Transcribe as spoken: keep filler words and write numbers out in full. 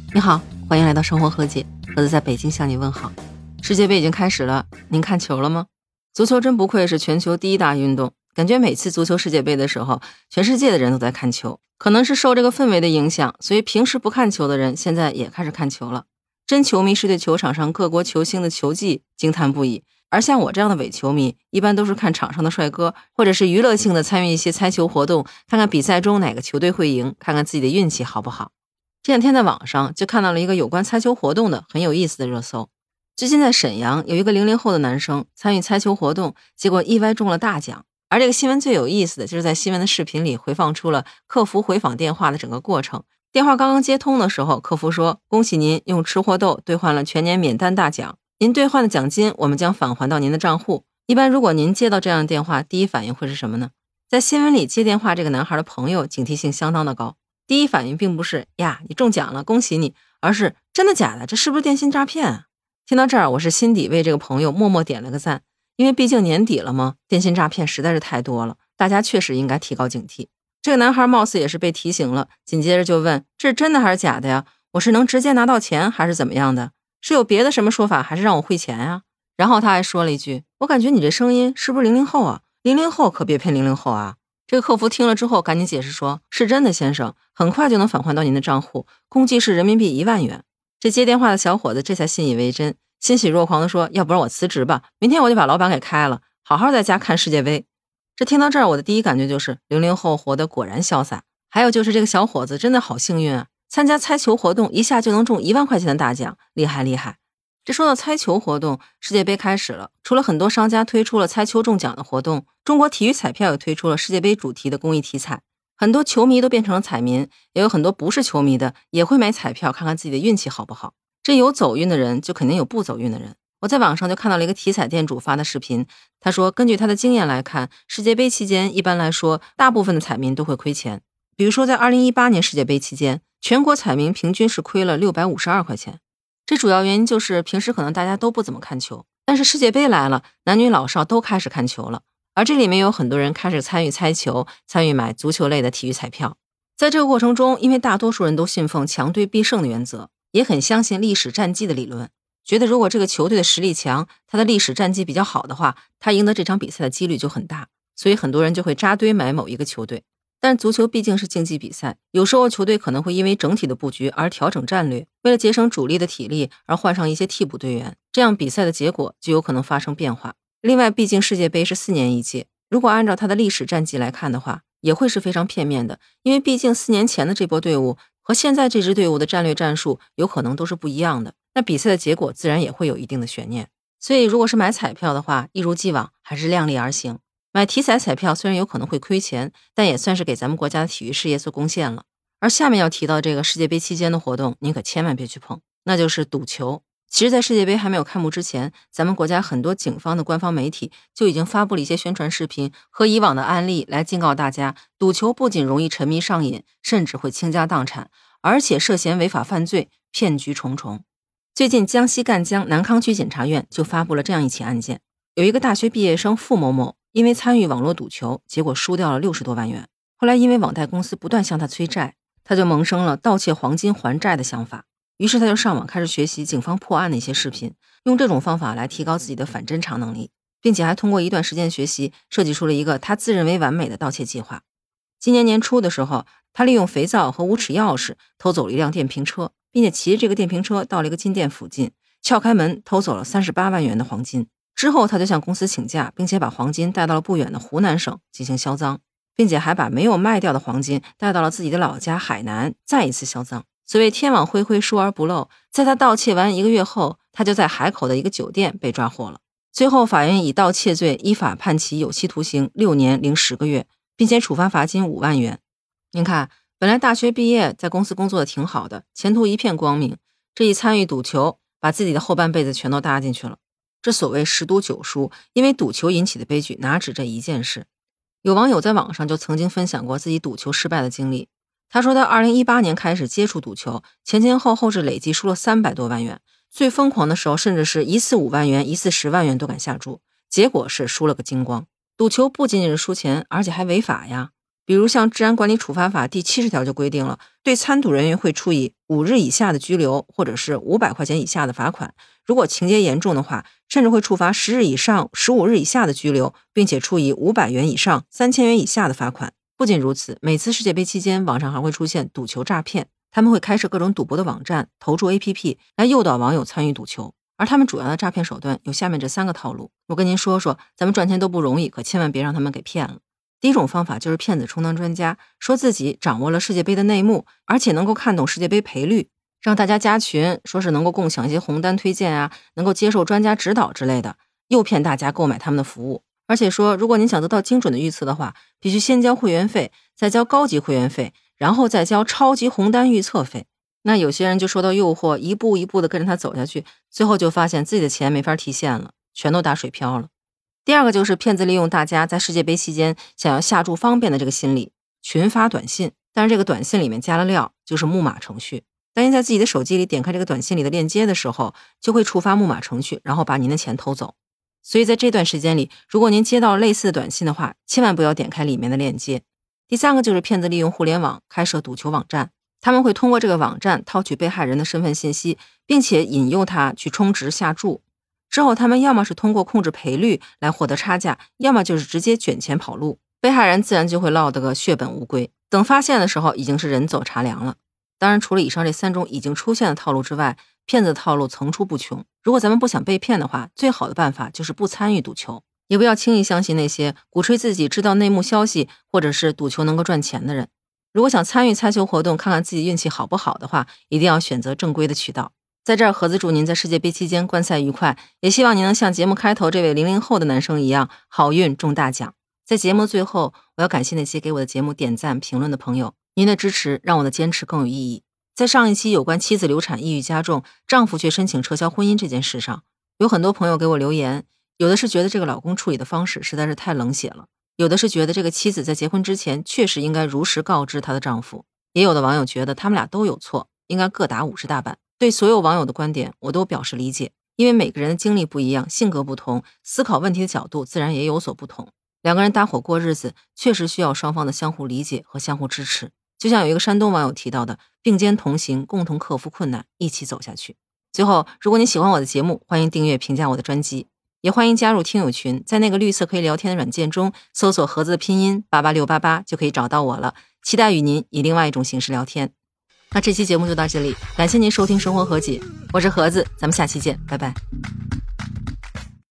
你好，欢迎来到生活和解，盒子在北京向你问好。世界杯已经开始了，您看球了吗？足球真不愧是全球第一大运动，感觉每次足球世界杯的时候，全世界的人都在看球。可能是受这个氛围的影响，所以平时不看球的人现在也开始看球了。真球迷是对球场上各国球星的球技惊叹不已，而像我这样的伪球迷，一般都是看场上的帅哥，或者是娱乐性的参与一些猜球活动，看看比赛中哪个球队会赢，看看自己的运气好不好。这两天在网上就看到了一个有关猜球活动的很有意思的热搜。最近在沈阳有一个零零后的男生参与猜球活动，结果意外中了大奖。而这个新闻最有意思的就是在新闻的视频里回放出了客服回访电话的整个过程。电话刚刚接通的时候，客服说：恭喜您用吃货豆兑换了全年免单大奖，您兑换的奖金我们将返还到您的账户。一般如果您接到这样的电话，第一反应会是什么呢？在新闻里接电话这个男孩的朋友警惕性相当的高，第一反应并不是呀你中奖了恭喜你，而是真的假的，这是不是电信诈骗啊？听到这儿，我是心底为这个朋友默默点了个赞，因为毕竟年底了嘛，电信诈骗实在是太多了，大家确实应该提高警惕。这个男孩貌似也是被提醒了，紧接着就问：这是真的还是假的呀？我是能直接拿到钱还是怎么样的？是有别的什么说法还是让我汇钱呀？然后他还说了一句：我感觉你这声音是不是零零后啊？零零后可别骗零零后啊。这个客服听了之后赶紧解释说：是真的先生，很快就能返还到您的账户，共计是人民币一万元。这接电话的小伙子这才信以为真，欣喜若狂地说：要不然我辞职吧，明天我就把老板给开了，好好在家看世界杯。这听到这儿，我的第一感觉就是零零后活得果然潇洒。还有就是这个小伙子真的好幸运啊，参加猜球活动一下就能中一万块钱的大奖，厉害厉害。这说到猜球活动，世界杯开始了，除了很多商家推出了猜球中奖的活动，中国体育彩票也推出了世界杯主题的公益体彩，很多球迷都变成了彩民，也有很多不是球迷的也会买彩票看看自己的运气好不好。这有走运的人就肯定有不走运的人。我在网上就看到了一个体彩店主发的视频，他说根据他的经验来看，世界杯期间一般来说大部分的彩民都会亏钱。比如说在二零一八年世界杯期间，全国彩民平均是亏了六百五十二块钱。这主要原因就是平时可能大家都不怎么看球，但是世界杯来了，男女老少都开始看球了，而这里面有很多人开始参与猜球，参与买足球类的体育彩票。在这个过程中，因为大多数人都信奉强队必胜的原则，也很相信历史战绩的理论，觉得如果这个球队的实力强，他的历史战绩比较好的话，他赢得这场比赛的几率就很大，所以很多人就会扎堆买某一个球队。但足球毕竟是竞技比赛，有时候球队可能会因为整体的布局而调整战略，为了节省主力的体力而换上一些替补队员，这样比赛的结果就有可能发生变化。另外，毕竟世界杯是四年一届，如果按照他的历史战绩来看的话，也会是非常片面的，因为毕竟四年前的这波队伍和现在这支队伍的战略战术有可能都是不一样的，那比赛的结果自然也会有一定的悬念。所以如果是买彩票的话，一如既往还是量力而行。买体彩彩票虽然有可能会亏钱，但也算是给咱们国家的体育事业做贡献了。而下面要提到这个世界杯期间的活动，您可千万别去碰，那就是赌球。其实在世界杯还没有开幕之前，咱们国家很多警方的官方媒体就已经发布了一些宣传视频和以往的案例来警告大家，赌球不仅容易沉迷上瘾，甚至会倾家荡产，而且涉嫌违法犯罪，骗局重重。最近江西赣江南康区检察院就发布了这样一起案件，有一个大学毕业生付某某因为参与网络赌球，结果输掉了六十多万元。后来因为网贷公司不断向他催债，他就萌生了盗窃黄金还债的想法，于是他就上网开始学习警方破案的一些视频，用这种方法来提高自己的反侦查能力，并且还通过一段时间学习，设计出了一个他自认为完美的盗窃计划。今年年初的时候，他利用肥皂和无齿钥匙偷走了一辆电瓶车，并且骑着这个电瓶车到了一个金店附近，撬开门偷走了三十八万元的黄金。之后他就向公司请假，并且把黄金带到了不远的湖南省进行销赃，并且还把没有卖掉的黄金带到了自己的老家海南再一次销赃。所谓天网恢恢疏而不漏，在他盗窃完一个月后，他就在海口的一个酒店被抓获了。最后法院以盗窃罪依法判其有期徒刑六年零十个月，并且处罚罚金五万元。您看，本来大学毕业在公司工作的挺好的，前途一片光明，这一参与赌球，把自己的后半辈子全都搭进去了。这所谓十赌九输，因为赌球引起的悲剧哪止这一件事。有网友在网上就曾经分享过自己赌球失败的经历。他说他二零一八年开始接触赌球，前前后后是累计输了三百多万元，最疯狂的时候甚至是一次五万元，一次十万元都敢下注，结果是输了个精光。赌球不仅仅是输钱，而且还违法呀。 比如像《治安管理处罚法》第七十条就规定了，对参赌人员会处以五日以下的拘留，或者是五百块钱以下的罚款。如果情节严重的话，甚至会处罚十日以上、十五日以下的拘留，并且处以五百元以上、三千元以下的罚款。不仅如此，每次世界杯期间，网上还会出现赌球诈骗，他们会开设各种赌博的网站，投注 A P P 来诱导网友参与赌球。而他们主要的诈骗手段有下面这三个套路，我跟您说说，咱们赚钱都不容易，可千万别让他们给骗了。第一种方法就是骗子充当专家，说自己掌握了世界杯的内幕，而且能够看懂世界杯赔率，让大家加群，说是能够共享一些红单推荐啊，能够接受专家指导之类的，诱骗大家购买他们的服务。而且说，如果您想得到精准的预测的话，必须先交会员费，再交高级会员费，然后再交超级红单预测费。那有些人就受到诱惑，一步一步的跟着他走下去，最后就发现自己的钱没法提现了，全都打水漂了。第二个就是骗子利用大家在世界杯期间想要下注方便的这个心理，群发短信，但是这个短信里面加了料，就是木马程序。当您在自己的手机里点开这个短信里的链接的时候，就会触发木马程序，然后把您的钱偷走。所以在这段时间里，如果您接到类似的短信的话，千万不要点开里面的链接。第三个就是骗子利用互联网开设赌球网站，他们会通过这个网站套取被害人的身份信息，并且引诱他去充值下注。之后他们要么是通过控制赔率来获得差价，要么就是直接卷钱跑路，被害人自然就会落得个血本无归。等发现的时候已经是人走茶凉了。当然除了以上这三种已经出现的套路之外，骗子的套路层出不穷。如果咱们不想被骗的话，最好的办法就是不参与赌球，也不要轻易相信那些鼓吹自己知道内幕消息或者是赌球能够赚钱的人。如果想参与猜球活动，看看自己运气好不好的话，一定要选择正规的渠道。在这儿，盒子祝您在世界杯期间观赛愉快，也希望您能像节目开头这位零零后的男生一样，好运中大奖。在节目最后，我要感谢那些给我的节目点赞评论的朋友，您的支持让我的坚持更有意义。在上一期有关妻子流产抑郁加重，丈夫却申请撤销婚姻这件事上，有很多朋友给我留言，有的是觉得这个老公处理的方式实在是太冷血了，有的是觉得这个妻子在结婚之前确实应该如实告知她的丈夫，也有的网友觉得他们俩都有错，应该各打五十大板。对所有网友的观点我都表示理解，因为每个人的经历不一样，性格不同，思考问题的角度自然也有所不同。两个人搭伙过日子，确实需要双方的相互理解和相互支持。就像有一个山东网友提到的，并肩同行，共同克服困难，一起走下去。最后，如果你喜欢我的节目，欢迎订阅评价我的专辑，也欢迎加入听友群，在那个绿色可以聊天的软件中搜索盒子的拼音八八六八八就可以找到我了，期待与您以另外一种形式聊天。那这期节目就到这里，感谢您收听生活和解，我是盒子，咱们下期见，拜拜。